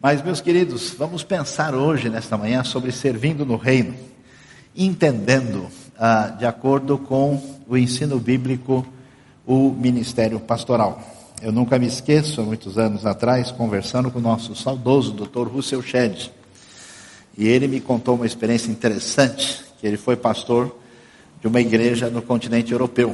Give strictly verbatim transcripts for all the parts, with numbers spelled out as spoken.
Mas, meus queridos, vamos pensar hoje, nesta manhã, sobre servindo no reino, entendendo, ah, de acordo com o ensino bíblico, o ministério pastoral. Eu nunca me esqueço, há muitos anos atrás, conversando com o nosso saudoso doutor Russell Shedd, e ele me contou uma experiência interessante, que ele foi pastor de uma igreja no continente europeu,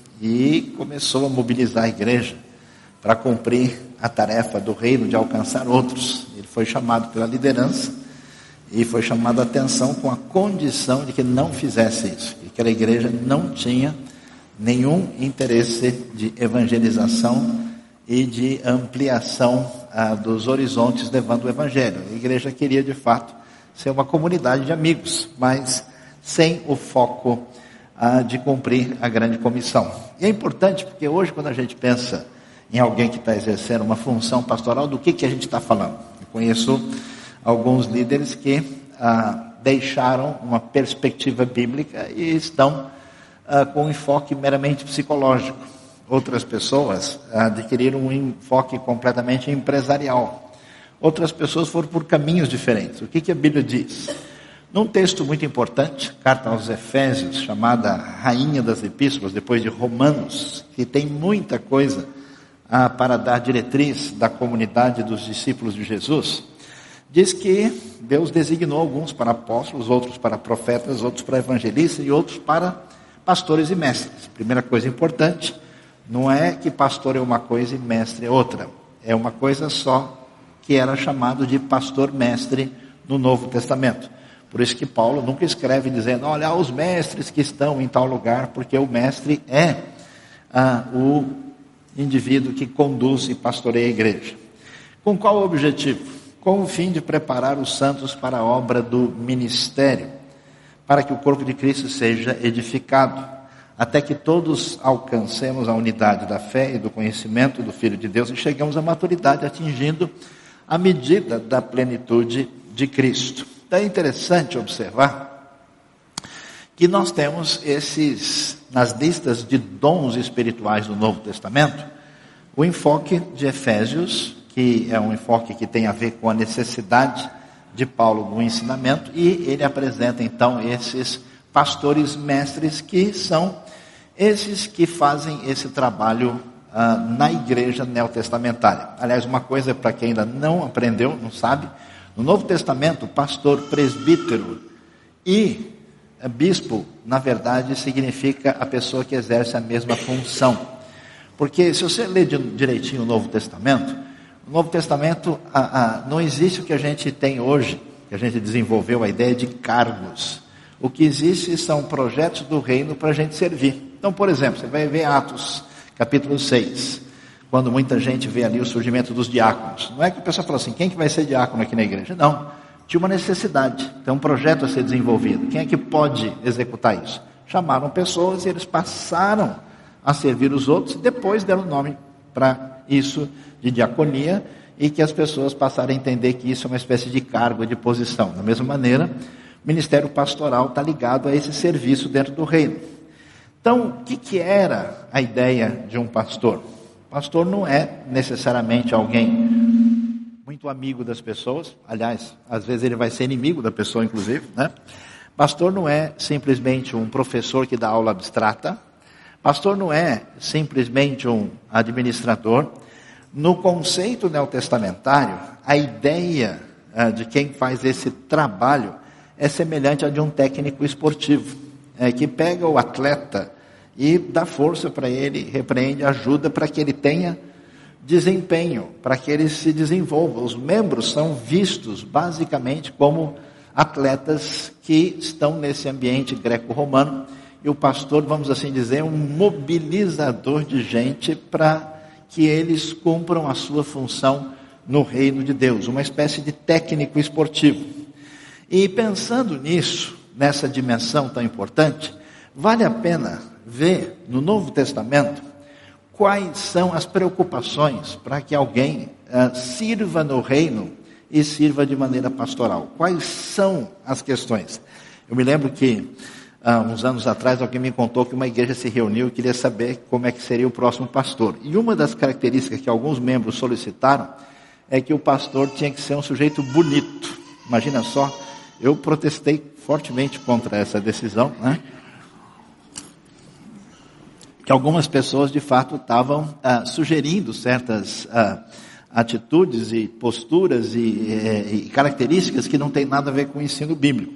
e começou a mobilizar a igreja para cumprir a tarefa do reino de alcançar outros. Ele foi chamado pela liderança e foi chamado a atenção com a condição de que não fizesse isso, e que a igreja não tinha nenhum interesse de evangelização e de ampliação ah, dos horizontes levando o evangelho. A igreja queria de fato ser uma comunidade de amigos, mas sem o foco ah, de cumprir a grande comissão. E é importante porque hoje, quando a gente pensa em alguém que está exercendo uma função pastoral, do que, que a gente está falando? Eu conheço alguns líderes que ah, deixaram uma perspectiva bíblica e estão ah, com um enfoque meramente psicológico. Outras pessoas ah, adquiriram um enfoque completamente empresarial. Outras pessoas foram por caminhos diferentes. O que, que a Bíblia diz? Num texto muito importante, carta aos Efésios, chamada Rainha das Epístolas, depois de Romanos, que tem muita coisa Ah, para dar diretriz da comunidade dos discípulos de Jesus, diz que Deus designou alguns para apóstolos, outros para profetas, outros para evangelistas e outros para pastores e mestres. Primeira coisa importante, não é que pastor é uma coisa e mestre é outra. É uma coisa só, que era chamado de pastor-mestre no Novo Testamento. Por isso que Paulo nunca escreve dizendo, olha, os mestres que estão em tal lugar, porque o mestre é ah, o indivíduo que conduz e pastoreia a igreja. Com qual objetivo? Com o fim de preparar os santos para a obra do ministério, para que o corpo de Cristo seja edificado, até que todos alcancemos a unidade da fé e do conhecimento do Filho de Deus e chegamos à maturidade, atingindo a medida da plenitude de Cristo. Então é interessante observar que nós temos esses, nas listas de dons espirituais do Novo Testamento, o enfoque de Efésios, que é um enfoque que tem a ver com a necessidade de Paulo no ensinamento, e ele apresenta então esses pastores mestres, que são esses que fazem esse trabalho ah, na igreja neotestamentária. Aliás, uma coisa para quem ainda não aprendeu, não sabe, no Novo Testamento, pastor, presbítero e bispo, na verdade, significa a pessoa que exerce a mesma função. Porque se você ler direitinho o Novo Testamento, no Novo Testamento ah, ah, não existe o que a gente tem hoje, que a gente desenvolveu a ideia de cargos. O que existe são projetos do reino para a gente servir. Então, por exemplo, você vai ver Atos, capítulo seis, quando muita gente vê ali o surgimento dos diáconos. Não é que o pessoal fala assim, quem que vai ser diácono aqui na igreja? Não. Tinha uma necessidade, tem um projeto a ser desenvolvido. Quem é que pode executar isso? Chamaram pessoas e eles passaram a servir os outros, e depois deram nome para isso de diaconia, e que as pessoas passaram a entender que isso é uma espécie de cargo, de posição. Da mesma maneira, o ministério pastoral está ligado a esse serviço dentro do reino. Então, o que, que era a ideia de um pastor? Pastor não é necessariamente alguém muito amigo das pessoas, aliás, às vezes ele vai ser inimigo da pessoa, inclusive, né? Pastor não é simplesmente um professor que dá aula abstrata, pastor não é simplesmente um administrador. No conceito neotestamentário, a ideia uh, de quem faz esse trabalho é semelhante à de um técnico esportivo, é, que pega o atleta e dá força para ele, repreende, ajuda para que ele tenha desempenho, para que ele se desenvolva. Os membros são vistos basicamente como atletas que estão nesse ambiente greco-romano, e o pastor, vamos assim dizer, é um mobilizador de gente para que eles cumpram a sua função no reino de Deus, uma espécie de técnico esportivo. E pensando nisso, nessa dimensão tão importante, vale a pena ver no Novo Testamento quais são as preocupações para que alguém uh, sirva no reino e sirva de maneira pastoral. Quais são as questões? Eu me lembro que, há uns anos atrás, alguém me contou que uma igreja se reuniu e queria saber como é que seria o próximo pastor. E uma das características que alguns membros solicitaram é que o pastor tinha que ser um sujeito bonito. Imagina só, eu protestei fortemente contra essa decisão, né? Que algumas pessoas de fato estavam ah, sugerindo certas ah, atitudes e posturas e, e, e características que não tem nada a ver com o ensino bíblico.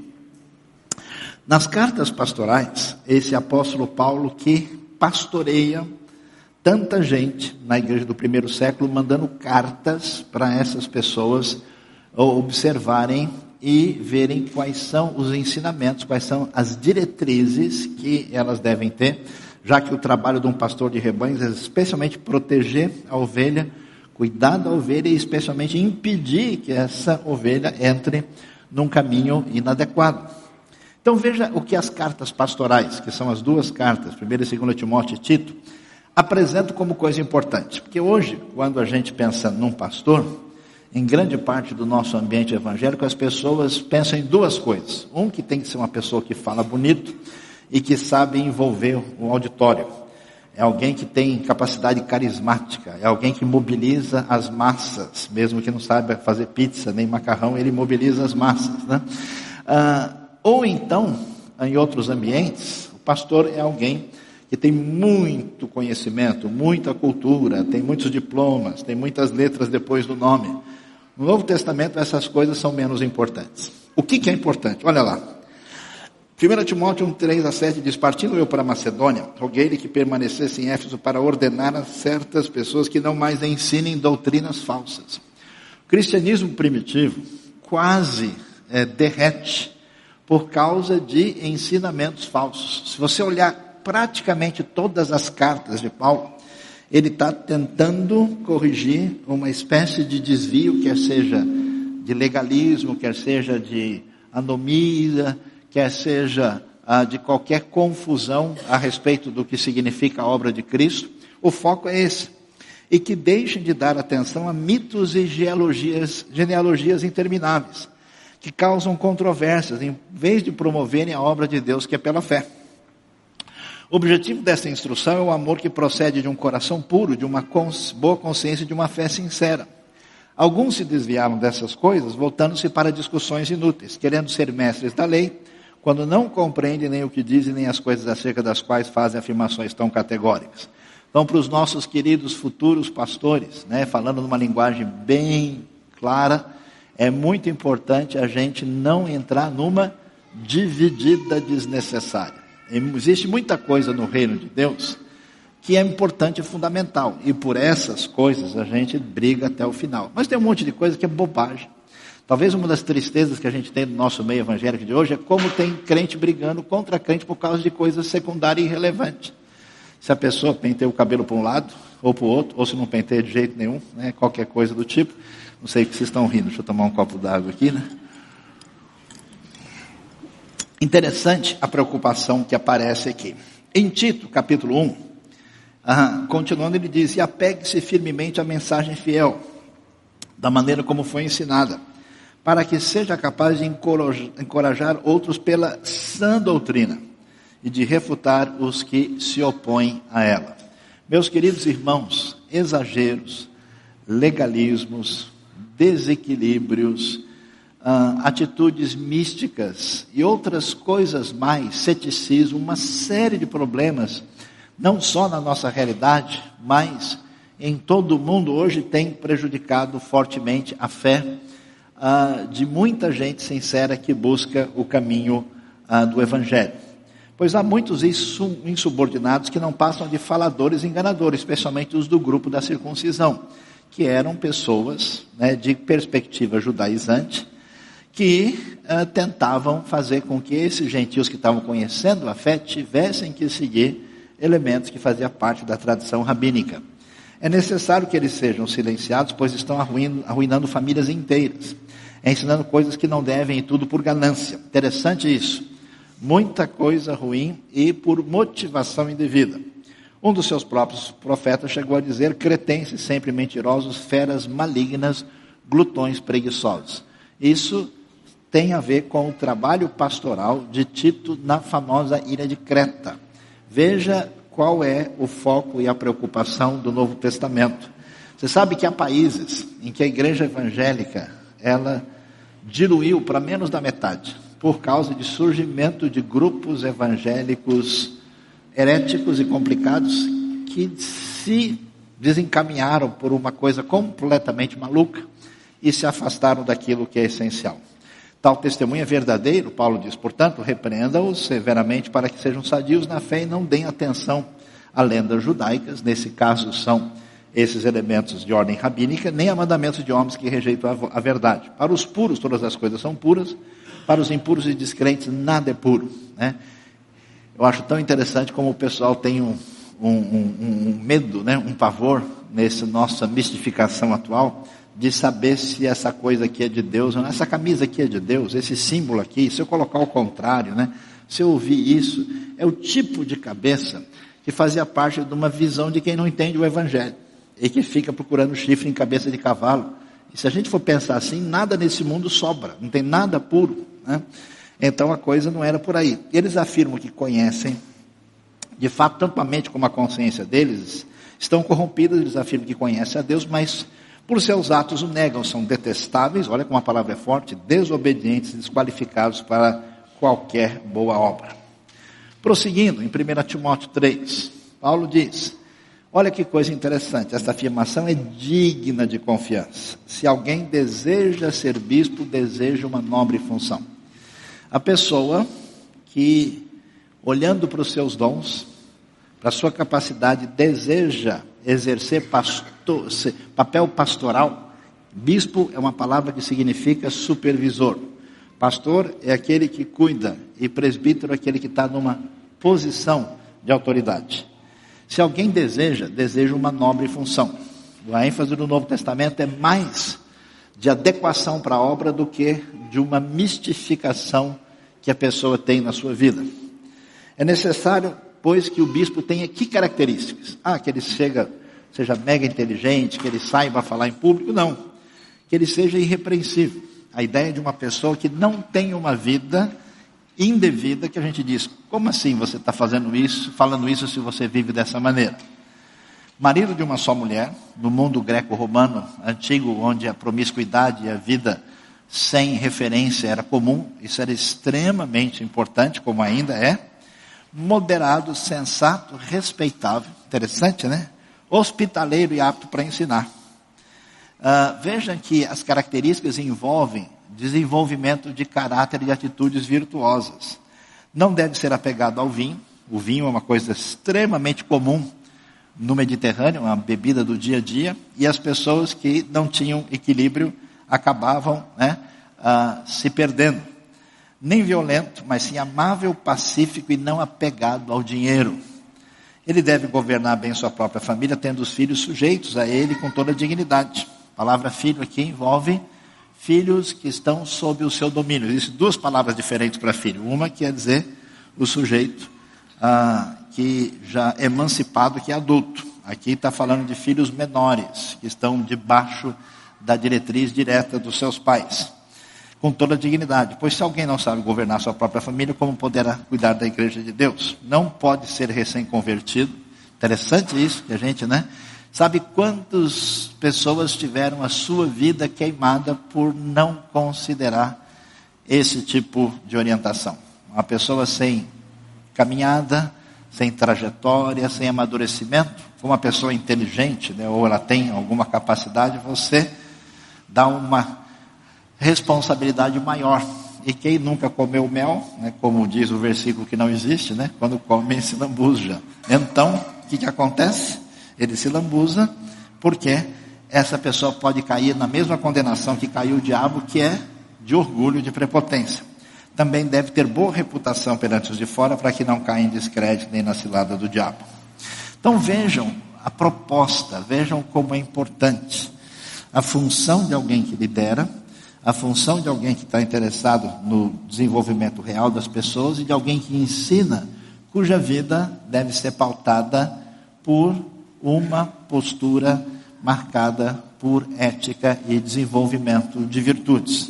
Nas cartas pastorais, esse apóstolo Paulo que pastoreia tanta gente na igreja do primeiro século, mandando cartas para essas pessoas observarem e verem quais são os ensinamentos, quais são as diretrizes que elas devem ter, já que o trabalho de um pastor de rebanhos é especialmente proteger a ovelha, cuidar da ovelha e especialmente impedir que essa ovelha entre num caminho inadequado. Então veja o que as cartas pastorais, que são as duas cartas, primeira e segunda Timóteo e Tito, apresentam como coisa importante. Porque hoje, quando a gente pensa num pastor, em grande parte do nosso ambiente evangélico, as pessoas pensam em duas coisas. Um, que tem que ser uma pessoa que fala bonito e que sabe envolver o auditório. É alguém que tem capacidade carismática, é alguém que mobiliza as massas, mesmo que não saiba fazer pizza nem macarrão, ele mobiliza as massas, né? Ah, ou então, em outros ambientes, o pastor é alguém que tem muito conhecimento, muita cultura, tem muitos diplomas, tem muitas letras depois do nome. No Novo Testamento essas coisas são menos importantes. O que, que é importante? Olha lá. primeira Timóteo um, três a sete diz: partindo eu para Macedônia, roguei-lhe que permanecesse em Éfeso para ordenar a certas pessoas que não mais ensinem doutrinas falsas. O cristianismo primitivo quase é, derrete por causa de ensinamentos falsos. Se você olhar praticamente todas as cartas de Paulo, ele está tentando corrigir uma espécie de desvio, quer seja de legalismo, quer seja de anomia, quer seja ah, de qualquer confusão a respeito do que significa a obra de Cristo. O foco é esse. E que deixem de dar atenção a mitos e genealogias, genealogias intermináveis, que causam controvérsias, em vez de promoverem a obra de Deus, que é pela fé. O objetivo dessa instrução é o amor que procede de um coração puro, de uma cons- boa consciência e de uma fé sincera. Alguns se desviaram dessas coisas, voltando-se para discussões inúteis, querendo ser mestres da lei, quando não compreendem nem o que dizem, nem as coisas acerca das quais fazem afirmações tão categóricas. Então, para os nossos queridos futuros pastores, né, falando numa linguagem bem clara, é muito importante a gente não entrar numa dividida desnecessária. Existe muita coisa no reino de Deus que é importante e fundamental, e por essas coisas a gente briga até o final. Mas tem um monte de coisa que é bobagem. Talvez uma das tristezas que a gente tem no nosso meio evangélico de hoje é como tem crente brigando contra crente por causa de coisas secundárias e irrelevantes. Se a pessoa penteia o cabelo para um lado ou para o outro, ou se não penteia de jeito nenhum, né, qualquer coisa do tipo. Não sei o que vocês estão rindo, deixa eu tomar um copo d'água aqui, né? Interessante a preocupação que aparece aqui. Em Tito, capítulo um, ah, continuando, ele diz: e apegue-se firmemente à mensagem fiel, da maneira como foi ensinada, para que seja capaz de encorajar outros pela sã doutrina, e de refutar os que se opõem a ela. Meus queridos irmãos, exageros, legalismos, desequilíbrios, uh, atitudes místicas e outras coisas mais, ceticismo, uma série de problemas, não só na nossa realidade, mas em todo o mundo hoje, tem prejudicado fortemente a fé uh, de muita gente sincera que busca o caminho uh, do Evangelho. Pois há muitos insubordinados que não passam de faladores enganadores, especialmente os do grupo da circuncisão, que eram pessoas, né, de perspectiva judaizante, que uh, tentavam fazer com que esses gentios que estavam conhecendo a fé tivessem que seguir elementos que faziam parte da tradição rabínica. É necessário que eles sejam silenciados, pois estão arruinando, arruinando famílias inteiras, ensinando coisas que não devem, e tudo por ganância. Interessante isso. Muita coisa ruim e por motivação indevida. Um dos seus próprios profetas chegou a dizer: cretenses sempre mentirosos, feras malignas, glutões preguiçosos. Isso tem a ver com o trabalho pastoral de Tito na famosa ilha de Creta. Veja qual é o foco e a preocupação do Novo Testamento. Você sabe que há países em que a igreja evangélica, ela diluiu para menos da metade, por causa de surgimento de grupos evangélicos heréticos e complicados, que se desencaminharam por uma coisa completamente maluca e se afastaram daquilo que é essencial. Tal testemunho é verdadeiro, Paulo diz, portanto, repreenda-os severamente para que sejam sadios na fé e não deem atenção a lendas judaicas, nesse caso são esses elementos de ordem rabínica, nem a mandamentos de homens que rejeitam a verdade. Para os puros, todas as coisas são puras, para os impuros e descrentes, nada é puro, né? Eu acho tão interessante como o pessoal tem um, um, um, um medo, né? um pavor, nessa nossa mistificação atual, de saber se essa coisa aqui é de Deus ou não. Essa camisa aqui é de Deus, esse símbolo aqui, se eu colocar o contrário, né? Se eu ouvir isso, é o tipo de cabeça que fazia parte de uma visão de quem não entende o Evangelho e que fica procurando chifre em cabeça de cavalo. E se a gente for pensar assim, nada nesse mundo sobra, não tem nada puro, né? Então a coisa não era por aí. Eles afirmam que conhecem, de fato, tanto a mente como a consciência deles estão corrompidos. Eles afirmam que conhecem a Deus, mas por seus atos o negam, são detestáveis, olha como a palavra é forte, desobedientes, desqualificados para qualquer boa obra. Prosseguindo, em primeira Timóteo três, Paulo diz, olha que coisa interessante, esta afirmação é digna de confiança. Se alguém deseja ser bispo, deseja uma nobre função. A pessoa que, olhando para os seus dons, para a sua capacidade, deseja exercer pastor, papel pastoral. Bispo é uma palavra que significa supervisor. Pastor é aquele que cuida e presbítero é aquele que está numa posição de autoridade. Se alguém deseja, deseja uma nobre função. A ênfase do Novo Testamento é mais de adequação para a obra do que de uma mistificação que a pessoa tem na sua vida. É necessário, pois, que o bispo tenha que características? Ah, que ele chega, seja mega inteligente, que ele saiba falar em público? Não. Que ele seja irrepreensível. A ideia de uma pessoa que não tem uma vida indevida, que a gente diz, como assim você está fazendo isso, falando isso se você vive dessa maneira? Marido de uma só mulher, no mundo greco-romano antigo, onde a promiscuidade e a vida sem referência era comum, isso era extremamente importante, como ainda é. Moderado, sensato, respeitável, interessante, né? Hospitaleiro e apto para ensinar. Uh, vejam que as características envolvem desenvolvimento de caráter e atitudes virtuosas. Não deve ser apegado ao vinho. O vinho é uma coisa extremamente comum no Mediterrâneo, uma bebida do dia a dia, e as pessoas que não tinham equilíbrio acabavam, né, uh, se perdendo. Nem violento, mas sim amável, pacífico e não apegado ao dinheiro. Ele deve governar bem sua própria família, tendo os filhos sujeitos a ele com toda a dignidade. A palavra filho aqui envolve filhos que estão sob o seu domínio. Existem duas palavras diferentes para filho. Uma quer dizer o sujeito ah, que já é emancipado, que é adulto. Aqui está falando de filhos menores, que estão debaixo da diretriz direta dos seus pais, com toda a dignidade. Pois se alguém não sabe governar sua própria família, como poderá cuidar da igreja de Deus? Não pode ser recém-convertido. Interessante isso, que a gente, né? Sabe quantas pessoas tiveram a sua vida queimada por não considerar esse tipo de orientação? Uma pessoa sem caminhada, sem trajetória, sem amadurecimento, uma pessoa inteligente, né, ou ela tem alguma capacidade, você dá uma responsabilidade maior. E quem nunca comeu mel, né, como diz o versículo que não existe, né, quando come se lambuja. Então, o que, que acontece? Ele se lambuza, porque essa pessoa pode cair na mesma condenação que caiu o diabo, que é de orgulho, de prepotência. Também deve ter boa reputação perante os de fora, para que não caia em descrédito nem na cilada do diabo. Então vejam a proposta, vejam como é importante a função de alguém que lidera, a função de alguém que está interessado no desenvolvimento real das pessoas e de alguém que ensina, cuja vida deve ser pautada por uma postura marcada por ética e desenvolvimento de virtudes.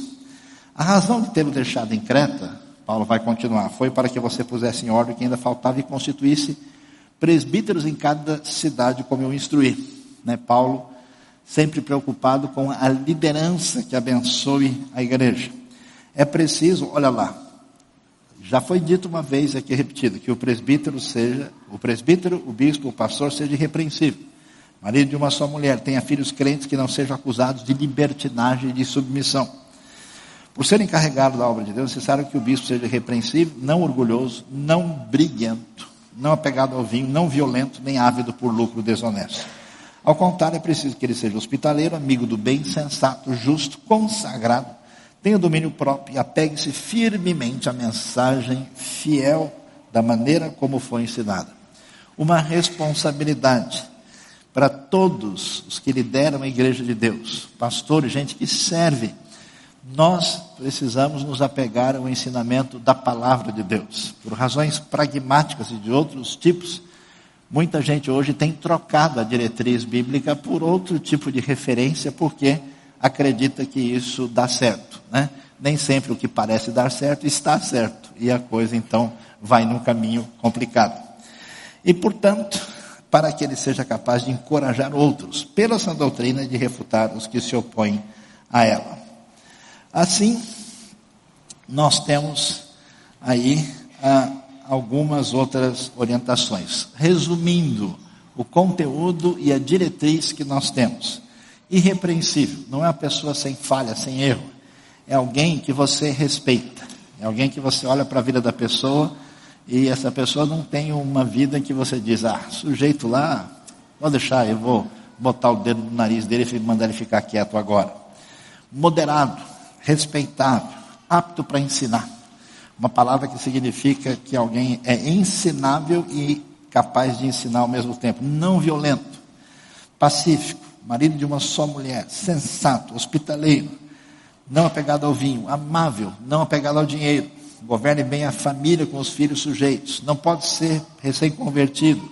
A razão de tê-lo deixado em Creta, Paulo vai continuar, foi para que você pusesse em ordem o que ainda faltava e constituísse presbíteros em cada cidade, como eu instruí. Né? Paulo sempre preocupado com a liderança que abençoe a igreja. É preciso, olha lá, já foi dito uma vez aqui repetido, que o presbítero seja, o presbítero, o bispo, o pastor seja irrepreensível. Marido de uma só mulher, tenha filhos crentes que não sejam acusados de libertinagem e de submissão. Por ser encarregado da obra de Deus, é necessário que o bispo seja irrepreensível, não orgulhoso, não briguento, não apegado ao vinho, não violento, nem ávido por lucro desonesto. Ao contrário, é preciso que ele seja hospitaleiro, amigo do bem, sensato, justo, consagrado, tenha domínio próprio e apegue-se firmemente à mensagem fiel da maneira como foi ensinada. Uma responsabilidade para todos os que lideram a igreja de Deus, pastores, gente que serve. Nós precisamos nos apegar ao ensinamento da palavra de Deus. Por razões pragmáticas e de outros tipos, muita gente hoje tem trocado a diretriz bíblica por outro tipo de referência, porque acredita que isso dá certo, né? Nem sempre o que parece dar certo está certo, e a coisa então vai num caminho complicado. E portanto, para que ele seja capaz de encorajar outros, pela sã doutrina, de refutar os que se opõem a ela. Assim, nós temos aí ah, algumas outras orientações. Resumindo o conteúdo e a diretriz que nós temos. Irrepreensível, não é uma pessoa sem falha, sem erro. É alguém que você respeita. É alguém que você olha para a vida da pessoa e essa pessoa não tem uma vida que você diz, ah, sujeito lá, pode deixar, eu vou botar o dedo no nariz dele e mandar ele ficar quieto agora. Moderado, respeitável, apto para ensinar. Uma palavra que significa que alguém é ensinável e capaz de ensinar ao mesmo tempo. Não violento, pacífico, marido de uma só mulher, sensato, hospitaleiro, não apegado ao vinho, amável, não apegado ao dinheiro, governe bem a família com os filhos sujeitos, não pode ser recém-convertido,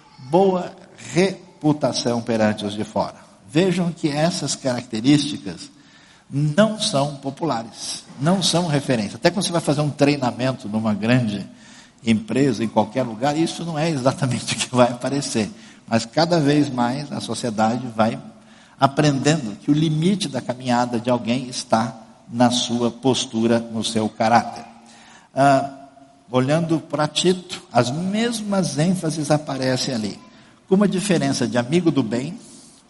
boa reputação perante os de fora. Vejam que essas características não são populares, não são referência. Até quando você vai fazer um treinamento numa grande empresa, em qualquer lugar, isso não é exatamente o que vai aparecer. Mas cada vez mais a sociedade vai aprendendo que o limite da caminhada de alguém está na sua postura, no seu caráter. Ah, olhando para Tito, as mesmas ênfases aparecem ali. Com uma diferença de amigo do bem,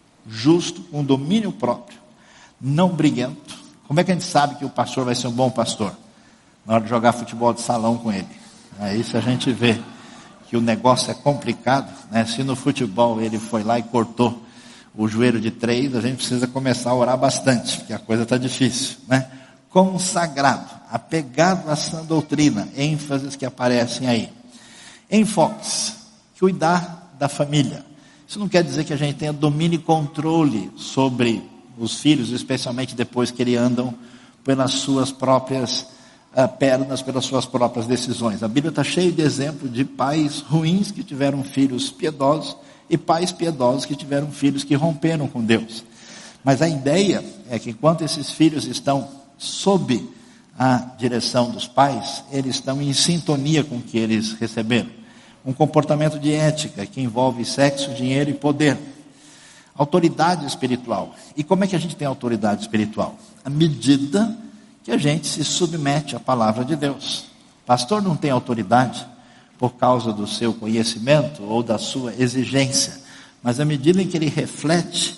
justo, com domínio próprio, não briguento. Como é que a gente sabe que o pastor vai ser um bom pastor? Na hora de jogar futebol de salão com ele. Aí se a gente vê que o negócio é complicado, né? Se no futebol ele foi lá e cortou o joelho de três, a gente precisa começar a orar bastante, porque a coisa está difícil, né? Consagrado, apegado à sã doutrina, ênfases que aparecem aí. Enfoques, cuidar da família. Isso não quer dizer que a gente tenha domínio e controle sobre os filhos, especialmente depois que eles andam pelas suas próprias uh, pernas, pelas suas próprias decisões. A Bíblia está cheia de exemplos de pais ruins que tiveram filhos piedosos e pais piedosos que tiveram filhos que romperam com Deus. Mas a ideia é que enquanto esses filhos estão sob a direção dos pais, eles estão em sintonia com o que eles receberam. Um comportamento de ética que envolve sexo, dinheiro e poder. Autoridade espiritual. E como é que a gente tem autoridade espiritual? À medida que a gente se submete à palavra de Deus. Pastor não tem autoridade por causa do seu conhecimento ou da sua exigência, mas à medida em que ele reflete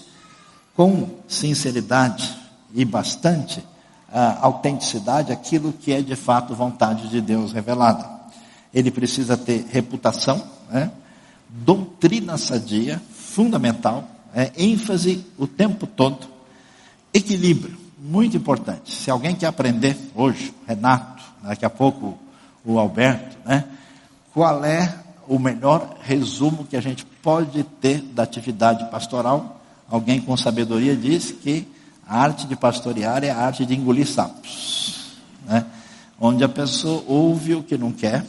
com sinceridade e bastante a autenticidade aquilo que é de fato vontade de Deus revelada. Ele precisa ter reputação, né? Doutrina sadia, fundamental, é, ênfase o tempo todo, equilíbrio, muito importante. Se alguém quer aprender hoje, Renato, daqui a pouco o Alberto, né? Qual é o melhor resumo que a gente pode ter da atividade pastoral? Alguém com sabedoria diz que a arte de pastorear é a arte de engolir sapos, né? Onde a pessoa ouve o que não quer,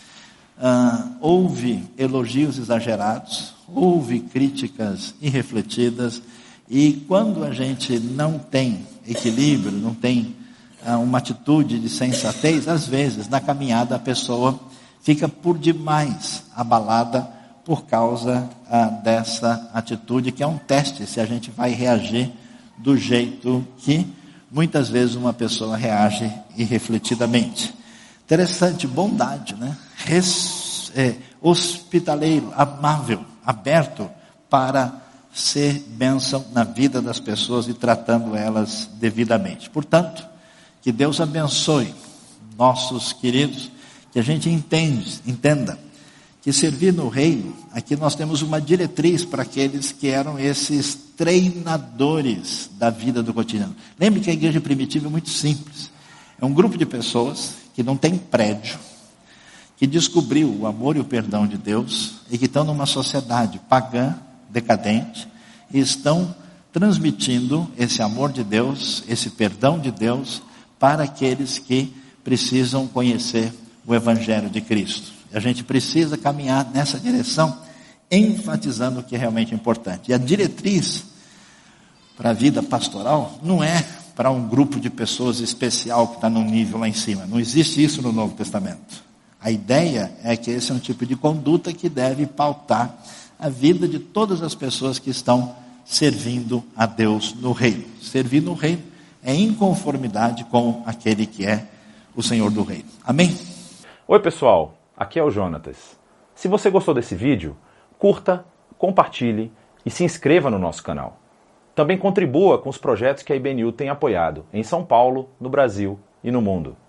uh, ouve elogios exagerados, ouve críticas irrefletidas, e quando a gente não tem equilíbrio, não tem uh, uma atitude de sensatez, às vezes na caminhada a pessoa fica por demais abalada por causa ah, dessa atitude, que é um teste se a gente vai reagir do jeito que muitas vezes uma pessoa reage irrefletidamente. Interessante, bondade, né? Res, é, hospitaleiro, amável, aberto para ser bênção na vida das pessoas e tratando elas devidamente. Portanto, que Deus abençoe nossos queridos, que a gente entende, entenda que servir no reino, aqui nós temos uma diretriz para aqueles que eram esses treinadores da vida do cotidiano. Lembre que a igreja primitiva é muito simples. É um grupo de pessoas que não tem prédio, que descobriu o amor e o perdão de Deus e que estão numa sociedade pagã, decadente, e estão transmitindo esse amor de Deus, esse perdão de Deus, para aqueles que precisam conhecer o Evangelho de Cristo. A gente precisa caminhar nessa direção, enfatizando o que é realmente importante. E a diretriz para a vida pastoral não é para um grupo de pessoas especial que está num nível lá em cima. Não existe isso no Novo Testamento. A ideia é que esse é um tipo de conduta que deve pautar a vida de todas as pessoas que estão servindo a Deus no reino. Servir no reino é em conformidade com aquele que é o Senhor do reino. Amém? Oi pessoal, aqui é o Jonatas. Se você gostou desse vídeo, curta, compartilhe e se inscreva no nosso canal. Também contribua com os projetos que a I B N U tem apoiado em São Paulo, no Brasil e no mundo.